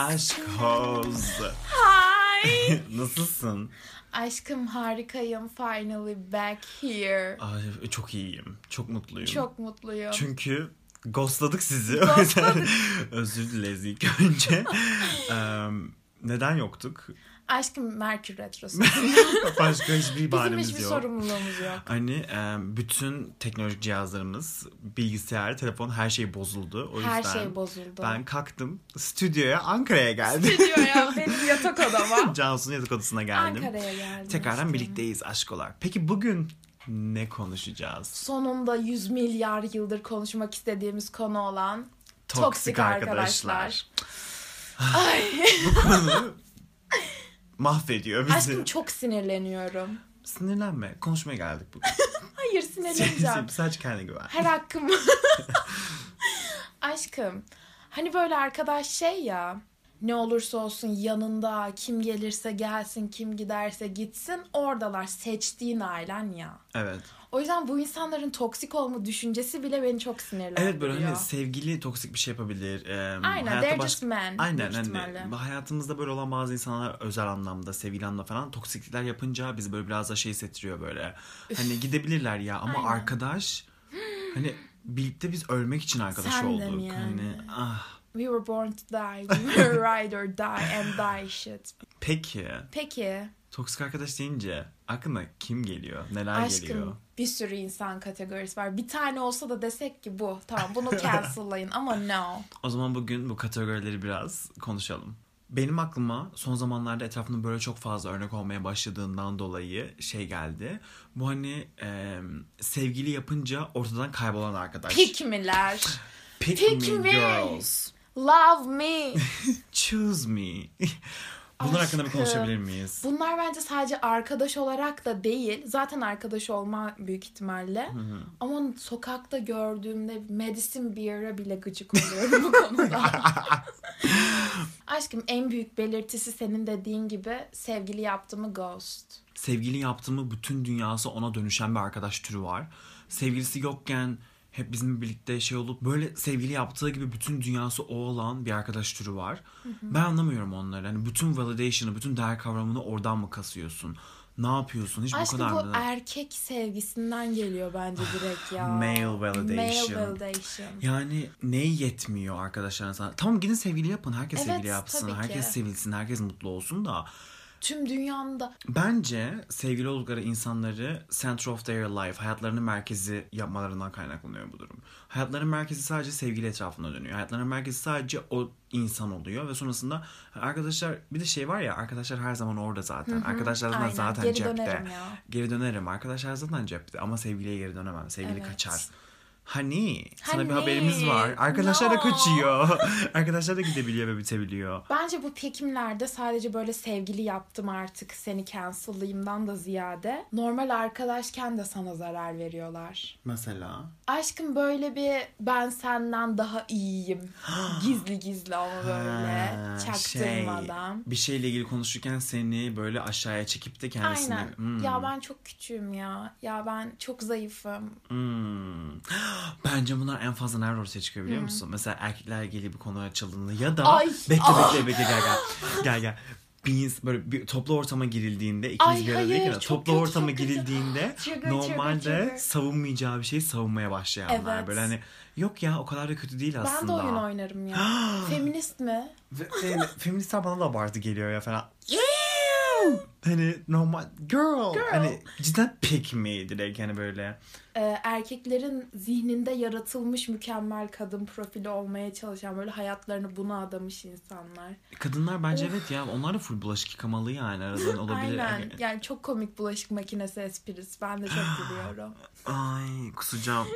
Aşkoz. Hi. Nasılsın? Aşkım harikayım. Finally back here. Ay, çok iyiyim. Çok mutluyum. Çok mutluyum. Çünkü ghostladık sizi. O yüzden özür dileriz ilk önce. Neden yoktuk? Aşkım Merkür Retrosu. Başka hiçbir bahanemiz Bizim hiçbir yok. sorumluluğumuz yok. Hani bütün teknolojik cihazlarımız, bilgisayar, telefon her şey bozuldu. O Her yüzden şey bozuldu. ben kalktım stüdyoya, Ankara'ya geldim. Stüdyoya, benim yatak odama. Cansu'nun yatak odasına geldim. Ankara'ya geldim. Tekrardan aşkım. birlikteyiz aşkolar. Peki bugün ne konuşacağız? Sonunda 100 milyar yıldır konuşmak istediğimiz konu olan toksik arkadaşlar. Ay. Bu konu mahvediyor bizi. Aşkım çok sinirleniyorum. Sinirlenme. Konuşmaya geldik bugün. Hayır sinirleneceğim. Sadece kendine güven. Her hakkım. Aşkım. Hani böyle arkadaş şey ya. Ne olursa olsun yanında, kim gelirse gelsin, kim giderse gitsin, oradalar, seçtiğin ailen ya. Evet. O yüzden bu insanların toksik olma düşüncesi bile beni çok sinirlendiriyor. Evet, böyle hani sevgili toksik bir şey yapabilir. Aynen, they're just men. Aynen, hani hayatımızda böyle olan bazı insanlar özel anlamda, sevgili anlamda falan toksiklikler yapınca bizi böyle biraz da şey hissettiriyor böyle. Hani gidebilirler ya ama Aynen. arkadaş, hani birlikte biz ölmek için arkadaş Sen de olduk. mi yani? Hani We were born to die. We were ride or die and die shit. Peki toksik arkadaş deyince aklına kim geliyor? Neler Aşkım, geliyor? bir sürü insan kategorisi var. Bir tane olsa da desek ki bu. Tamam, bunu cancel'layın ama no. O zaman bugün bu kategorileri biraz konuşalım. Benim aklıma son zamanlarda etrafımda böyle çok fazla örnek olmaya başladığından dolayı şey geldi. Bu hani sevgili yapınca ortadan kaybolan arkadaş. Pikmiler. Pick me girls. Love me. Choose me. Bunlar hakkında bir Aşkım, konuşabilir miyiz? Bunlar bence sadece arkadaş olarak da değil. Zaten arkadaş olma büyük ihtimalle. Hı-hı. Ama sokakta gördüğümde Madison Beer'a bile gıcık oluyorum bu konuda. Aşkım, en büyük belirtisi senin dediğin gibi sevgili yaptı mı ghost. Sevgili yaptı mı bütün dünyası ona dönüşen bir arkadaş türü var. Sevgilisi yokken hep bizimle birlikte şey olup böyle sevgili yaptığı gibi bütün dünyası o olan bir arkadaş türü var. Hı-hı. Ben anlamıyorum onları. Hani bütün validation'ı, bütün değer kavramını oradan mı kasıyorsun? Ne yapıyorsun? Hiç Aşkım, bu kadar bu mı? erkek sevgisinden geliyor bence direkt ya. Male validation. Male validation. Yani neyi yetmiyor arkadaşlarına sana? Tamam, gidin sevgili yapın. Herkes Evet, sevgili yapsın. tabii ki. Herkes sevilsin. Herkes mutlu olsun da. Tüm dünyanın da... Bence sevgili oldukları insanları center of their life, hayatlarının merkezi yapmalarından kaynaklanıyor bu durum. Hayatlarının merkezi sadece sevgili etrafında dönüyor. Hayatlarının merkezi sadece o insan oluyor ve sonrasında arkadaşlar, bir de şey var ya, arkadaşlar her zaman orada zaten. Hı-hı. Arkadaşlar Aynen. zaten Geri cepte. dönerim ya. Geri dönerim. Arkadaşlar zaten cepte ama sevgiliye geri dönemem. Sevgili Evet. kaçar. Hani sana bir Hani? haberimiz var. Arkadaşlar da No. kaçıyor. Arkadaşlar da gidebiliyor ve bitebiliyor. Bence bu pikimlerde sadece böyle sevgili yaptım artık seni cancel'layımdan da ziyade normal arkadaşken de sana zarar veriyorlar. Mesela? Aşkım, böyle bir ben senden daha iyiyim. Gizli gizli ama böyle çaktırmadan. Bir şeyle ilgili konuşurken seni böyle aşağıya çekip de kendisini... Aynen. Ya ben çok küçüğüm ya. Ya ben çok zayıfım. Bence bunlar en fazla nerede ortaya çıkıyor biliyor musun? Mesela erkeklerle ilgili bir konu açıldığında ya da... Ay, Bekle gel. Böyle bir toplu ortama girildiğinde ikimiz bir aradayken toplu kötü, ortama çok kötü. girildiğinde normalde savunmayacağı bir şeyi savunmaya başlayanlar. Evet. Böyle hani yok ya, o kadar da kötü değil aslında. Ben de oyun oynarım ya. Feminist mi? Feministler bana da abartı geliyor ya falan. Hani normal girl. Hani cidden pick me direkt, hani böyle. Erkeklerin zihninde yaratılmış mükemmel kadın profili olmaya çalışan, böyle hayatlarını buna adamış insanlar. Kadınlar bence evet ya, onlar da full bulaşık yıkamalı yani, aradan olabilir. Aynen. Yani çok komik bulaşık makinesi esprisi. Ben de çok gülüyorum. Ay kusacağım.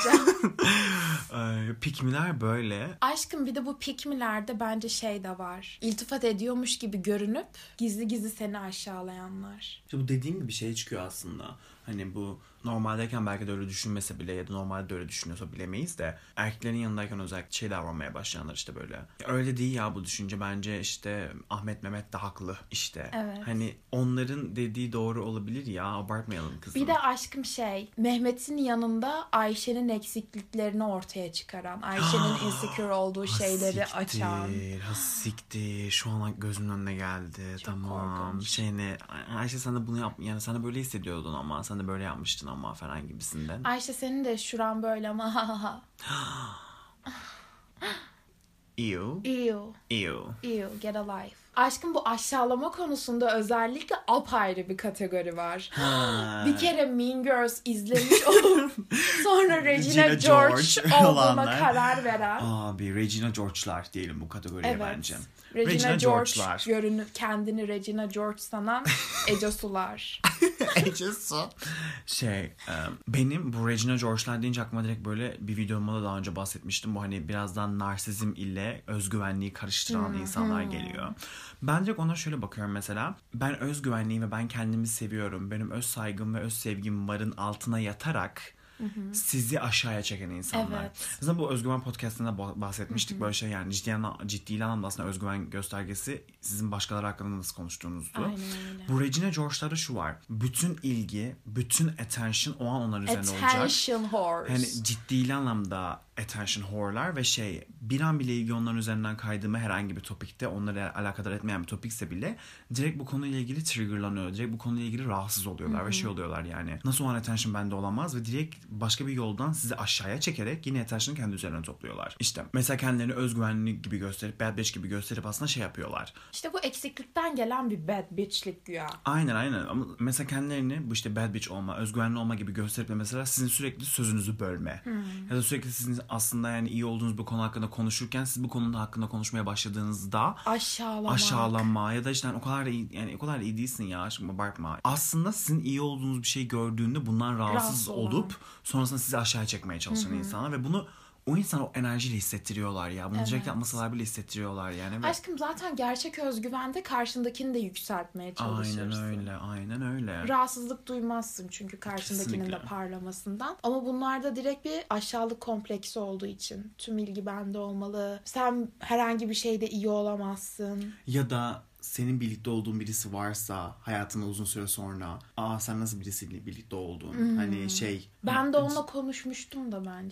Pikmiler böyle. Aşkım, bir de bu pikmilerde bence şey de var. İltifat ediyormuş gibi görünüp gizli gizli seni aşağılayanlar. İşte bu dediğim gibi şey çıkıyor aslında. Hani bu normaldeyken belki de öyle düşünmese bile ya da normalde de öyle düşünüyorsa bilemeyiz de erkeklerin yanındayken özellikle şey davranmaya başlayanlar işte böyle. Öyle değil ya bu düşünce, bence işte Ahmet Mehmet de haklı işte. Evet. Hani onların dediği doğru olabilir ya, abartmayalım kızım. Bir de aşkım Mehmet'in yanında Ayşe'nin eksikliklerini ortaya çıkaran, Ayşe'nin insecure olduğu şeyleri açan. Siktir. Şu an gözümün önüne geldi. Çok tamam. korkunç. Ayşe sen de bunu yap, yani sen de böyle hissediyordun ama sen de böyle yapmıştın ama falan gibisinden. Ayşe senin de şuran böyle ama ha ha ha. Ew. Ew, get a life. Aşkım bu aşağılama konusunda özellikle apayrı bir kategori var. Bir kere Mean Girls izlemiş olup sonra Regina George olduğuna olanlar. karar veren. Abi Regina George'lar diyelim bu kategoriye Evet. bence. Regina George kendini Regina George sanan Ece Sular. Benim bu Regina George'lar deyince aklıma direkt böyle bir videomda da daha önce bahsetmiştim. Bu hani birazdan narsizm ile özgüvenliği karıştıran insanlar geliyor. Ben direkt ona şöyle bakıyorum mesela. Ben özgüvenliğim ve ben kendimi seviyorum. Benim öz saygım ve öz sevgim varın altına yatarak sizi aşağıya çeken insanlar. Evet. Zaten bu özgüven podcastında bahsetmiştik. Böyle şey yani ciddi anlamda aslında özgüven göstergesi sizin başkaları hakkında nasıl konuştuğunuzdu. Aynen öyle. Bu Regina George'larda şu var. Bütün ilgi, bütün attention o an onlar üzerine olacak. Attention whores. Hani ciddi anlamda attention whore'lar ve bir an bile ilgi onların üzerinden kaydığımı herhangi bir topikte, onları alakadar etmeyen bir topikse bile direkt bu konuyla ilgili triggerlanıyor. Direkt bu konuyla ilgili rahatsız oluyorlar ve şey oluyorlar yani. Nasıl o an attention bende olamaz ve direkt başka bir yoldan sizi aşağıya çekerek yine attention'ı kendi üzerine topluyorlar. İşte mesela kendilerini özgüvenli gibi gösterip bad bitch gibi gösterip aslında şey yapıyorlar. İşte bu eksiklikten gelen bir bad bitchlik güya. Aynen ama mesela kendilerini bu işte bad bitch olma, özgüvenli olma gibi gösterip de mesela sizin sürekli sözünüzü bölme. Ya da sürekli sizin aslında yani iyi olduğunuz bir konu hakkında konuşurken siz bu konunun hakkında konuşmaya başladığınızda aşağılama ya da işte o kadar da iyi, yani o kadar da iyi değilsin ya, şimdi abartma. Aslında sizin iyi olduğunuz bir şey gördüğünde bundan rahatsız olup sonrasında sizi aşağıya çekmeye çalışan insanlar ve bunu o insan o enerjiyle hissettiriyorlar ya. Bunu direkt yapmasalar bile hissettiriyorlar yani. Aşkım zaten gerçek özgüvende karşındakini de yükseltmeye çalışırsın. Aynen öyle. Rahatsızlık duymazsın çünkü karşındakinin de parlamasından. Ama bunlarda direkt bir aşağılık kompleksi olduğu için. Tüm ilgi bende olmalı. Sen herhangi bir şeyde iyi olamazsın. Ya da senin birlikte olduğun birisi varsa hayatında uzun süre sonra sen nasıl birisiyle birlikte oldun? Hani Ben de onunla konuşmuştum da bence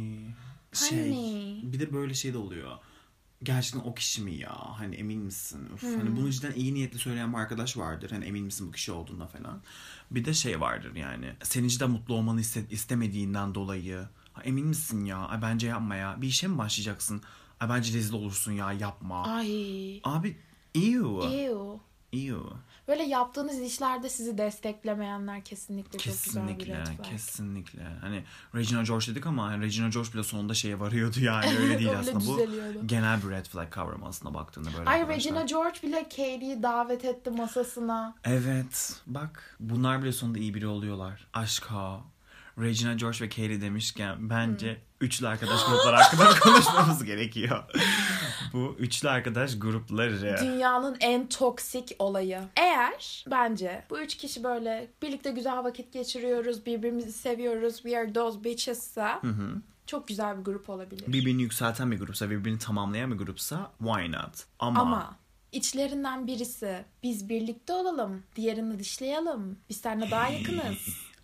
bir de böyle şey de oluyor. Gerçekten o kişi mi ya? Hani emin misin? Hani bunu cidden iyi niyetli söyleyen bir arkadaş vardır. Hani emin misin bu kişi olduğunda falan. Bir de vardır yani. Senin cidden mutlu olmanı istemediğinden dolayı. Emin misin ya? Bence yapma ya. Bir işe mi başlayacaksın? Bence rezil olursun ya, yapma. Abi ew. Böyle yaptığınız işlerde sizi desteklemeyenler kesinlikle çok güzel bir red flag. Kesinlikle. Hani Regina George dedik ama hani Regina George bile sonunda varıyordu yani. Öyle değil aslında. Bu genel bir red flag kavramı aslında baktığında böyle arkadaşlar. Regina George bile Katie'yi davet etti masasına. Evet. Bak bunlar bile sonunda iyi biri oluyorlar. Aşka. Regina George ve Katie demişken bence üçlü arkadaş grupları hakkında konuşmamız gerekiyor. Bu üçlü arkadaş grupları. Dünyanın en toksik olayı. Eğer bence bu üç kişi böyle birlikte güzel vakit geçiriyoruz, birbirimizi seviyoruz, we are those bitches'sa çok güzel bir grup olabilir. Birbirini yükselten bir grupsa, birbirini tamamlayan bir grupsa why not? Ama içlerinden birisi biz birlikte olalım, diğerini dışlayalım, biz seninle daha yakınız.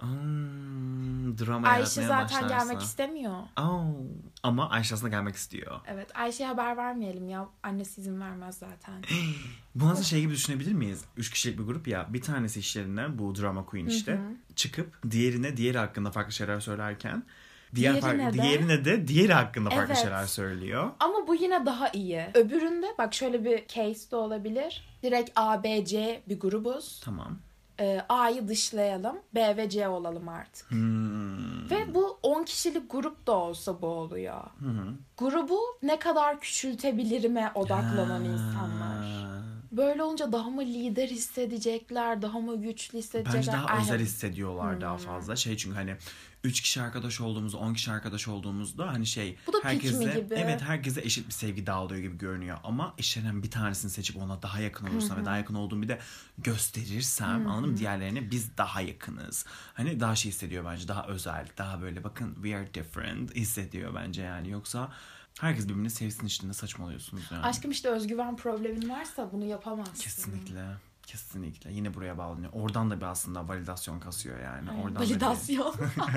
Drama Ayşe zaten gelmek istemiyor. Ama Ayşe aslında gelmek istiyor. Evet, Ayşe'ye haber vermeyelim ya. Annesi izin vermez zaten. Bu nasıl gibi düşünebilir miyiz? 3 kişilik bir grup ya. Bir tanesi işlerinden bu drama queen işte. Çıkıp diğeri hakkında farklı şeyler söylerken diğerine de diğeri hakkında farklı şeyler söylüyor. Ama bu yine daha iyi. Öbüründe bak şöyle bir case de olabilir. Direkt A, B, C bir grubuz. Tamam. A'yı dışlayalım. B ve C olalım artık. Ve bu 10 kişilik grup da olsa bu oluyor. Grubu ne kadar küçültebilirime odaklanan insanlar. Böyle olunca daha mı lider hissedecekler, daha mı güçlü hissedecekler? Bence daha özel hissediyorlar daha fazla. Çünkü hani 3 kişi arkadaş olduğumuzda, 10 kişi arkadaş olduğumuzda hani bu da herkese, gibi. Evet, herkese eşit bir sevgi dağılıyor gibi görünüyor. Ama işlerinden bir tanesini seçip ona daha yakın olursam ve daha yakın olduğumu bir de gösterirsem, anladın mı? Diğerlerine biz daha yakınız. Hani daha şey hissediyor bence, daha özel, daha böyle bakın we are different hissediyor bence yani. Yoksa herkes birbirini sevsin, içinde saçmalıyorsunuz yani. Aşkım işte özgüven problemin varsa bunu yapamazsın. Kesinlikle. Yine buraya bağlanıyor. Oradan da bir aslında validasyon kasıyor yani. Aynen. Oradan Validasyon.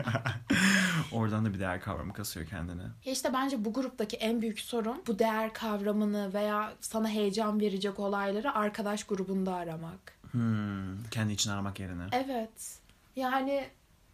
Oradan da bir değer kavramı kasıyor kendine. İşte bence bu gruptaki en büyük sorun bu değer kavramını veya sana heyecan verecek olayları arkadaş grubunda aramak. Kendi için aramak yerine. Evet. Yani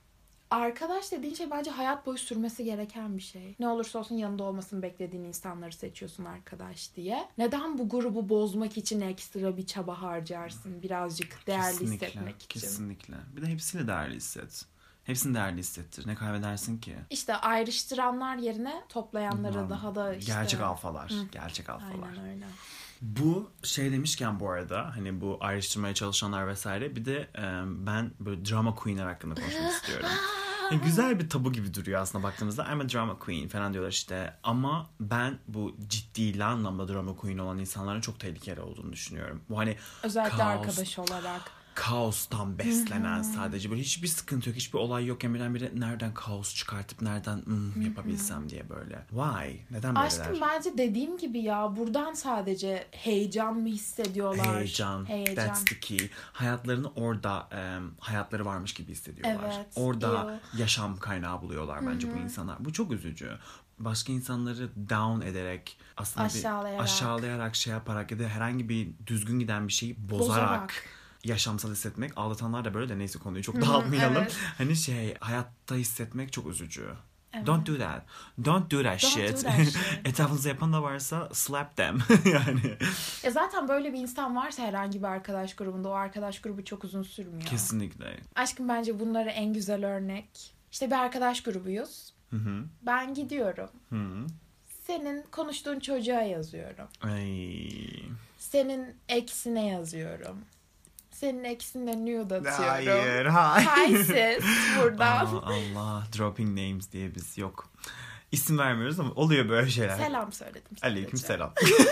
arkadaş dediğin şey bence hayat boyu sürmesi gereken bir şey. Ne olursa olsun yanında olmasını beklediğin insanları seçiyorsun arkadaş diye. Neden bu grubu bozmak için ekstra bir çaba harcarsın? Birazcık değerli hissetmek için. Kesinlikle. Bir de hepsini değerli hisset. Hepsini değerli hissettir. Ne kaybedersin ki? İşte ayrıştıranlar yerine toplayanları daha da işte... Gerçek alfalar. Gerçek alfalar. Aynen öyle. Bu şey demişken bu arada hani bu ayrıştırmaya çalışanlar vesaire, bir de ben böyle drama queen'ler hakkında konuşmak istiyorum. Yani güzel bir tabu gibi duruyor aslında baktığımızda. I'm a drama queen falan diyorlar işte. Ama ben bu ciddi anlamda drama queen olan insanların çok tehlikeli olduğunu düşünüyorum. Bu hani özellikle arkadaş olarak. Kaostan beslenen, sadece böyle hiçbir sıkıntı yok, hiçbir olay yok. Birdenbire nereden kaos çıkartıp nereden yapabilsem diye böyle. Why? Neden böyle Aşkım bence dediğim gibi ya, buradan sadece heyecan mı hissediyorlar? Heyecan. That's the key. Hayatlarını orada hayatları varmış gibi hissediyorlar. Evet, orada yaşam kaynağı buluyorlar bence bu insanlar. Bu çok üzücü. Başka insanları down ederek, aslında aşağılayarak şey yaparak ya da herhangi bir düzgün giden bir şeyi bozarak yaşamsal hissetmek. Ağlatanlar da böyle de, neyse konuyu çok dağıtmayalım. Evet. Hani hayatta hissetmek çok üzücü. Evet. Don't do that. Don't do that shit. Etrafınızda yapan da varsa slap them. Yani. Zaten böyle bir insan varsa herhangi bir arkadaş grubunda, o arkadaş grubu çok uzun sürmüyor. Kesinlikle. Aşkım bence bunlara en güzel örnek. İşte bir arkadaş grubuyuz. Hı-hı. Ben gidiyorum. Hı-hı. Senin konuştuğun çocuğa yazıyorum. Ay. Senin eksine yazıyorum. Senin eksinle nude atıyorum. Hayır. Hi sis buradan. Allah. Dropping names diye biz yok. İsim vermiyoruz ama oluyor böyle şeyler. Selam söyledim sadece. Aleyküm selam.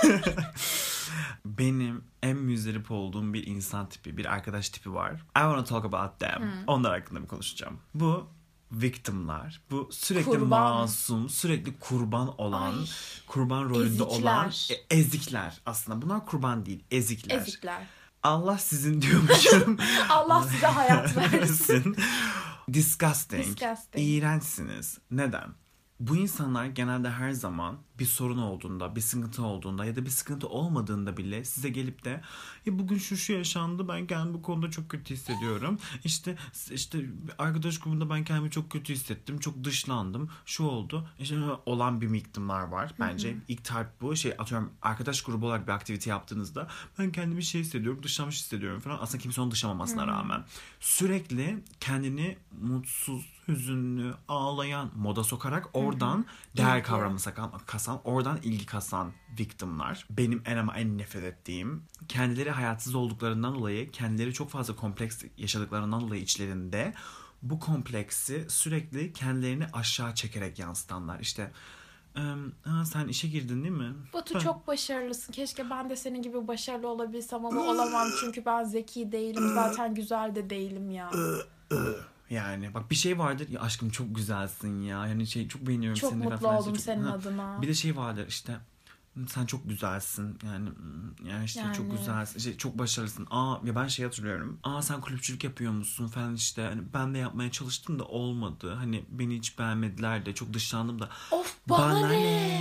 Benim en müzdarip olduğum bir insan tipi, bir arkadaş tipi var. I wanna talk about them. Onlar hakkında bir konuşacağım. Bu victimler. Bu sürekli masum, sürekli kurban olan, kurban rolünde olan ezikler aslında. Bunlar kurban değil, ezikler. Allah sizin diyormuşum. Allah size hayat versin. Disgusting. İğrençsiniz. Neden? Bu insanlar genelde her zaman bir sorun olduğunda, bir sıkıntı olduğunda ya da bir sıkıntı olmadığında bile size gelip de ya bugün şu yaşandı, ben kendimi bu konuda çok kötü hissediyorum. İşte arkadaş grubunda ben kendimi çok kötü hissettim, çok dışlandım, şu oldu. İşte olan bir victimler var bence. İlk type bu. Atıyorum arkadaş grubu olarak bir aktivite yaptığınızda ben kendimi hissediyorum, dışlanmış hissediyorum falan. Aslında kimse onu dışlamamasına rağmen sürekli kendini mutsuz, hüzünlü, ağlayan moda sokarak oradan değer kavramı kasan, oradan ilgi kasan victimler. Benim en nefret ettiğim, kendileri hayatsız olduklarından dolayı, kendileri çok fazla kompleks yaşadıklarından dolayı içlerinde bu kompleksi sürekli kendilerini aşağı çekerek yansıtanlar. İşte sen işe girdin değil mi? Batu çok başarılısın. Keşke ben de senin gibi başarılı olabilsem ama olamam çünkü ben zeki değilim. Zaten güzel de değilim ya. Yani bak bir şey vardır ya, aşkım çok güzelsin ya. Yani çok beğeniyorum seni. Çok mutlu oldum senin adına. Bir de şey vardır işte, sen çok güzelsin yani çok güzelsin, çok başarılısın. Ya ben hatırlıyorum. Sen kulüpçülük yapıyor musun falan işte. Hani ben de yapmaya çalıştım da olmadı. Hani beni hiç beğenmediler de çok dışlandım da. Of bana ne?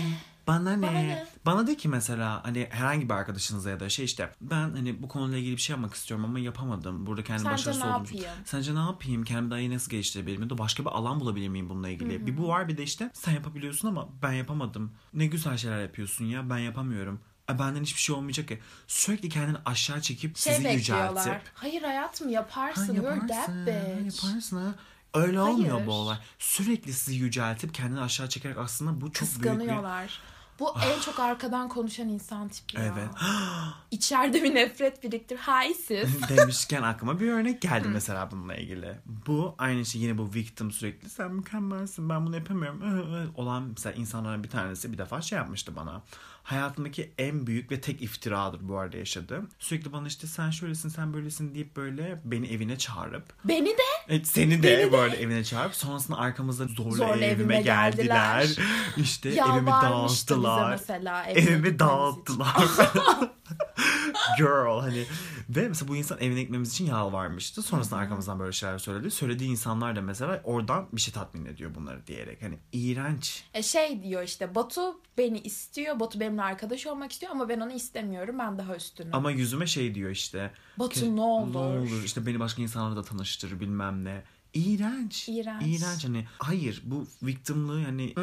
Bana de ki mesela hani herhangi bir arkadaşınıza ya da ben hani bu konuyla ilgili bir şey yapmak istiyorum ama yapamadım. Burada kendi başarısız oldum. Sence ne yapayım? Kendimi daha iyi nasıl geliştirebilirim? Ya da başka bir alan bulabilir miyim bununla ilgili? Bir bu var, bir de sen yapabiliyorsun ama ben yapamadım. Ne güzel şeyler yapıyorsun ya, ben yapamıyorum. Benden hiçbir şey olmayacak ya. Sürekli kendini aşağı çekip sizi yüceltip. Hayır hayatım yaparsın. You're that bitch. Yaparsın ha. Öyle olmuyor bu olay. Sürekli sizi yüceltip kendini aşağı çekerek aslında bu çok büyük bir... Kıskanıyorlar. Bu en çok arkadan konuşan insan tipi ya. Evet. İçeride bir nefret biriktir. Hi sis. Demişken aklıma bir örnek geldi mesela bununla ilgili. Bu aynı şey, yine bu victim sürekli sen mükemmelsin ben bunu yapamıyorum olan mesela insanların bir tanesi bir defa şey yapmıştı bana. Hayatımdaki en büyük ve tek iftiradır bu arada yaşadığım. Sürekli bana işte sen şöylesin sen böylesin deyip böyle beni evine çağırıp. Beni de. Evet, seni de böyle evine çağırıp sonrasında arkamızda zorla evime geldiler. İşte evimi dağıttılar. Mesela, evimi dağıttılar. Girl hani. Ve mesela bu insan evine gitmemiz için yalvarmıştı. Sonrasında arkamızdan böyle şeyler söyledi. Söylediği insanlar da mesela oradan bir şey tatmin ediyor bunları diyerek. Hani iğrenç. Şey diyor işte Batu beni istiyor. Batu benimle arkadaş olmak istiyor ama ben onu istemiyorum. Ben daha üstünüm. Ama yüzüme şey diyor işte. Batu ne olur. Ne olur işte beni başka insanlarla da tanıştır bilmem ne. İğrenç. İğrenç hani. Hayır bu victimlığı hani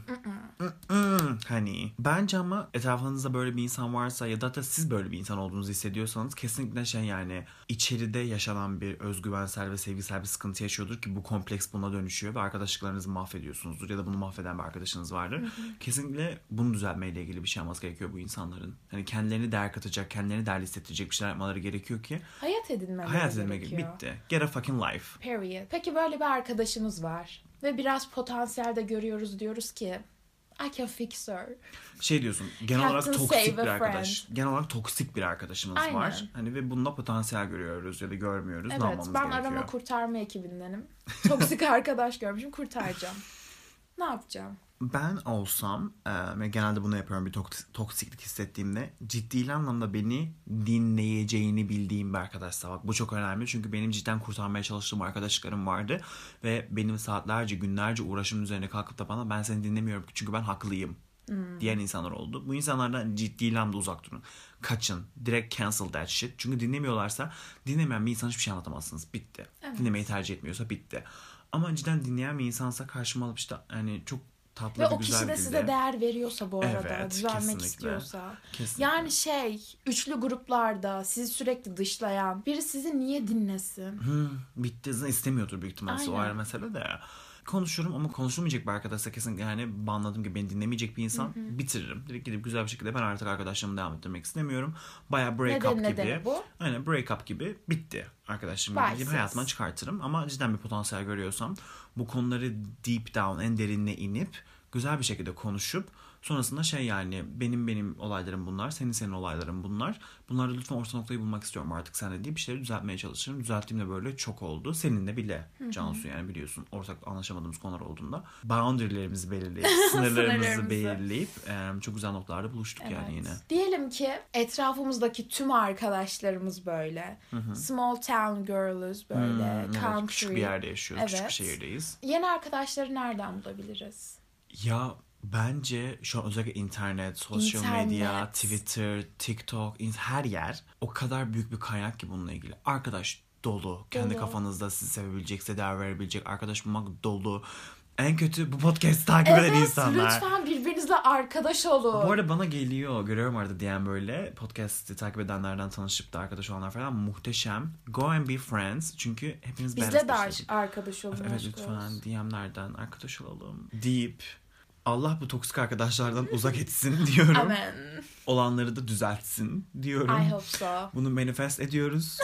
hani. Bence ama etrafınızda böyle bir insan varsa ya da siz böyle bir insan olduğunuzu hissediyorsanız kesinlikle şey yani içeride yaşanan bir özgüvensel ve sevgisel bir sıkıntı yaşıyordur ki bu kompleks buna dönüşüyor ve arkadaşlıklarınızı mahvediyorsunuzdur ya da bunu mahveden bir arkadaşınız vardır. Kesinlikle bunu düzeltmeyle ilgili bir şey olması gerekiyor bu insanların. Hani kendilerini değer katacak, kendilerini değerli hissettirecek bir şeyler yapmaları gerekiyor ki hayat edinmeleri gerekiyor. Bitti. Get a fucking life. Period. Peki böyle bir arkadaşımız var ve biraz potansiyel de görüyoruz, diyoruz ki I can fix her. Şey diyorsun, genel olarak toksik bir arkadaş. Genel olarak toksik bir arkadaşımız var. Hani ve bunda potansiyel görüyoruz ya da görmüyoruz. Evet, ne yapmamız gerekiyor? Ben arama kurtarma ekibindenim. Toksik arkadaş görmüşüm, kurtaracağım. Ne yapacağım? Ben olsam ve genelde bunu yapıyorum bir toksiklik hissettiğimde ciddi anlamda beni dinleyeceğini bildiğim bir arkadaşsa bak bu çok önemli çünkü benim cidden kurtarmaya çalıştığım arkadaşlarım vardı ve benim saatlerce günlerce uğraşımın üzerine kalkıp da bana ben seni dinlemiyorum çünkü ben haklıyım diyen insanlar oldu. Bu insanlardan ciddi anlamda uzak durun. Kaçın. Direkt cancel that shit. Çünkü dinlemiyorlarsa dinlemeyen bir insan hiçbir şey anlatamazsınız. Bitti. Evet. Dinlemeyi tercih etmiyorsa bitti. Ama cidden dinleyen bir insansa karşıma alıp işte hani çok tatlı ve bir güzel o kişi de size değer veriyorsa bu arada, evet, düzelmek kesinlikle. istiyorsa. Kesinlikle. Yani üçlü gruplarda sizi sürekli dışlayan biri sizi niye dinlesin? Bitti. İstemiyordur büyük ihtimalle. O ayrı mesele de. Konuşurum ama konuşulmayacak bir arkadaşsa kesinlikle yani anladım ki beni dinlemeyecek bir insan bitiririm. Direkt gidip güzel bir şekilde ben artık arkadaşlarımı devam ettirmek istemiyorum. Bayağı break up gibi. Bu? Aynen break up gibi bitti. Arkadaşlarımı gidip hayatımdan çıkartırım. Ama cidden bir potansiyel görüyorsam bu konuları deep down en derinine inip güzel bir şekilde konuşup sonrasında şey yani benim olaylarım bunlar, senin olayların bunlar. Bunlarda lütfen orta noktayı bulmak istiyorum artık seninle diye bir şeyleri düzeltmeye çalışırım. Düzelttiğimde böyle çok oldu. Seninle bile Cansu yani biliyorsun ortak anlaşamadığımız konular olduğunda boundary'lerimizi belirleyip, sınırlarımızı belirleyip çok güzel noktalarda buluştuk yani yine. Diyelim ki etrafımızdaki tüm arkadaşlarımız böyle. Small town girls böyle. Country. Evet, küçük bir yerde yaşıyoruz. Küçük bir şehirdeyiz. Yeni arkadaşları nereden bulabiliriz? Ya bence şu an özellikle internet, sosyal medya, Twitter, TikTok, her yer o kadar büyük bir kaynak ki bununla ilgili. Arkadaş dolu. Kendi kafanızda sizi sevebilecek, size değer verebilecek arkadaş bulmak dolu. En kötü bu podcast'ı takip eden insanlar. Evet lütfen birbirinizle arkadaş olun. Bu arada bana geliyor. Görüyorum arada diyen böyle podcast'ı takip edenlerden tanışıp da arkadaş olanlar falan muhteşem. Go and be friends. Çünkü hepiniz bizle de arkadaş olun. Evet lütfen DM'lerden arkadaş olalım deyip Allah bu toksik arkadaşlardan uzak etsin diyorum. Amen. Olanları da düzeltsin diyorum. I hope so. Bunu manifest ediyoruz.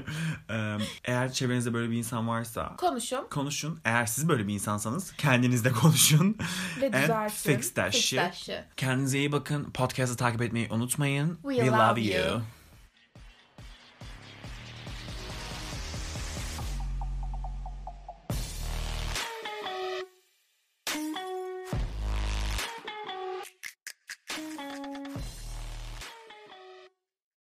Eğer çevrenizde böyle bir insan varsa konuşun. Eğer siz böyle bir insansanız kendinizle konuşun. Ve düzeltin. Fix that shit. Kendinize iyi bakın. Podcast'ı takip etmeyi unutmayın. We love you.